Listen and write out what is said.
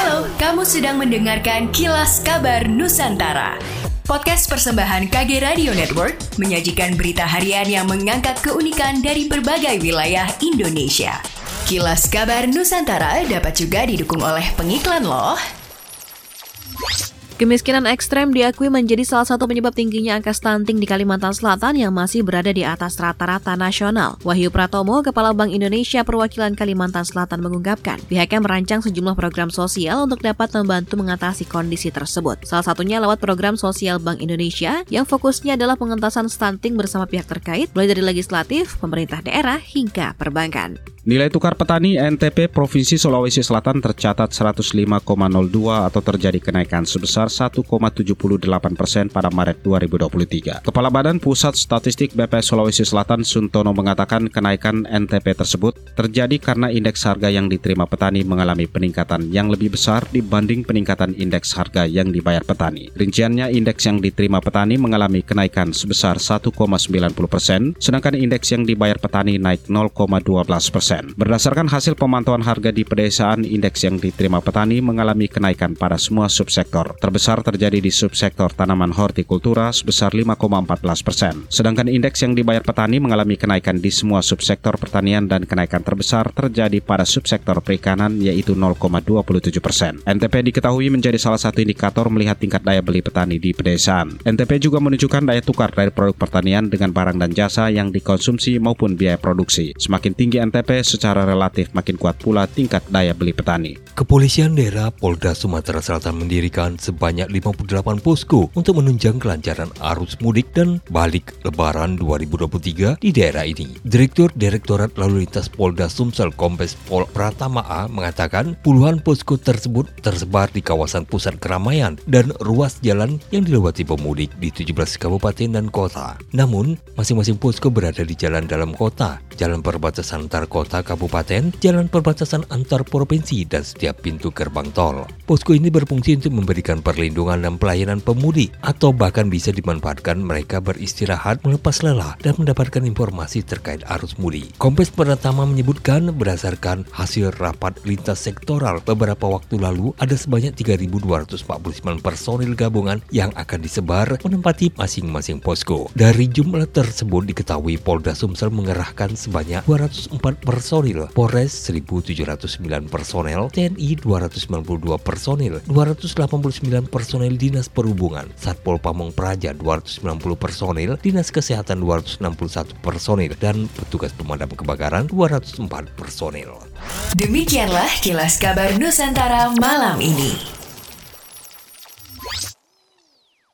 Halo, kamu sedang mendengarkan Kilas Kabar Nusantara. Podcast persembahan KG Radio Network menyajikan berita harian yang mengangkat keunikan dari berbagai wilayah Indonesia. Kilas Kabar Nusantara dapat juga didukung oleh pengiklan loh. Kemiskinan ekstrem diakui menjadi salah satu penyebab tingginya angka stunting di Kalimantan Selatan yang masih berada di atas rata-rata nasional. Wahyu Pratomo, Kepala Bank Indonesia Perwakilan Kalimantan Selatan mengungkapkan, pihaknya merancang sejumlah program sosial untuk dapat membantu mengatasi kondisi tersebut. Salah satunya lewat program sosial Bank Indonesia yang fokusnya adalah pengentasan stunting bersama pihak terkait, mulai dari legislatif, pemerintah daerah, hingga perbankan. Nilai tukar petani NTP Provinsi Sulawesi Selatan tercatat 105,02 atau terjadi kenaikan sebesar 1,78% pada Maret 2023. Kepala Badan Pusat Statistik BPS Sulawesi Selatan Suntono mengatakan kenaikan NTP tersebut terjadi karena indeks harga yang diterima petani mengalami peningkatan yang lebih besar dibanding peningkatan indeks harga yang dibayar petani. Rinciannya, indeks yang diterima petani mengalami kenaikan sebesar 1,90%, sedangkan indeks yang dibayar petani naik 0,12%. Berdasarkan hasil pemantauan harga di pedesaan, indeks yang diterima petani mengalami kenaikan pada semua subsektor. Terbesar terjadi di subsektor tanaman hortikultura sebesar 5,14%. Sedangkan indeks yang dibayar petani mengalami kenaikan di semua subsektor pertanian dan kenaikan terbesar terjadi pada subsektor perikanan yaitu 0,27%. NTP diketahui menjadi salah satu indikator melihat tingkat daya beli petani di pedesaan. NTP juga menunjukkan daya tukar dari produk pertanian dengan barang dan jasa yang dikonsumsi maupun biaya produksi. Semakin tinggi NTP, secara relatif makin kuat pula tingkat daya beli petani. Kepolisian Daerah Polda Sumatera Selatan mendirikan sebanyak 58 posko untuk menunjang kelancaran arus mudik dan balik Lebaran 2023 di daerah ini. Direktur Direktorat Lalu Lintas Polda Sumsel Kombes Pol Pratama A mengatakan puluhan posko tersebut tersebar di kawasan pusat keramaian dan ruas jalan yang dilewati pemudik di 17 kabupaten dan kota. Namun, masing-masing posko berada di jalan dalam kota, jalan perbatasan antar kota kabupaten, jalan perbatasan antar provinsi, dan setiap pintu gerbang tol. Posko ini berfungsi untuk memberikan perlindungan dan pelayanan pemudik, atau bahkan bisa dimanfaatkan mereka beristirahat, melepas lelah, dan mendapatkan informasi terkait arus mudik. Kombes Pratama menyebutkan berdasarkan hasil rapat lintas sektoral beberapa waktu lalu, ada sebanyak 3.249 personil gabungan yang akan disebar menempati masing-masing posko. Dari jumlah tersebut diketahui Polda Sumsel mengerahkan sebanyak 204 personil, Polres 1.709 personel, TNI 292 personil, 289 personil Dinas Perhubungan, Satpol Pamong Praja 290 personil, Dinas Kesehatan 261 personil, dan petugas pemadam kebakaran 204 personil. Demikianlah Kilas Kabar Nusantara malam ini.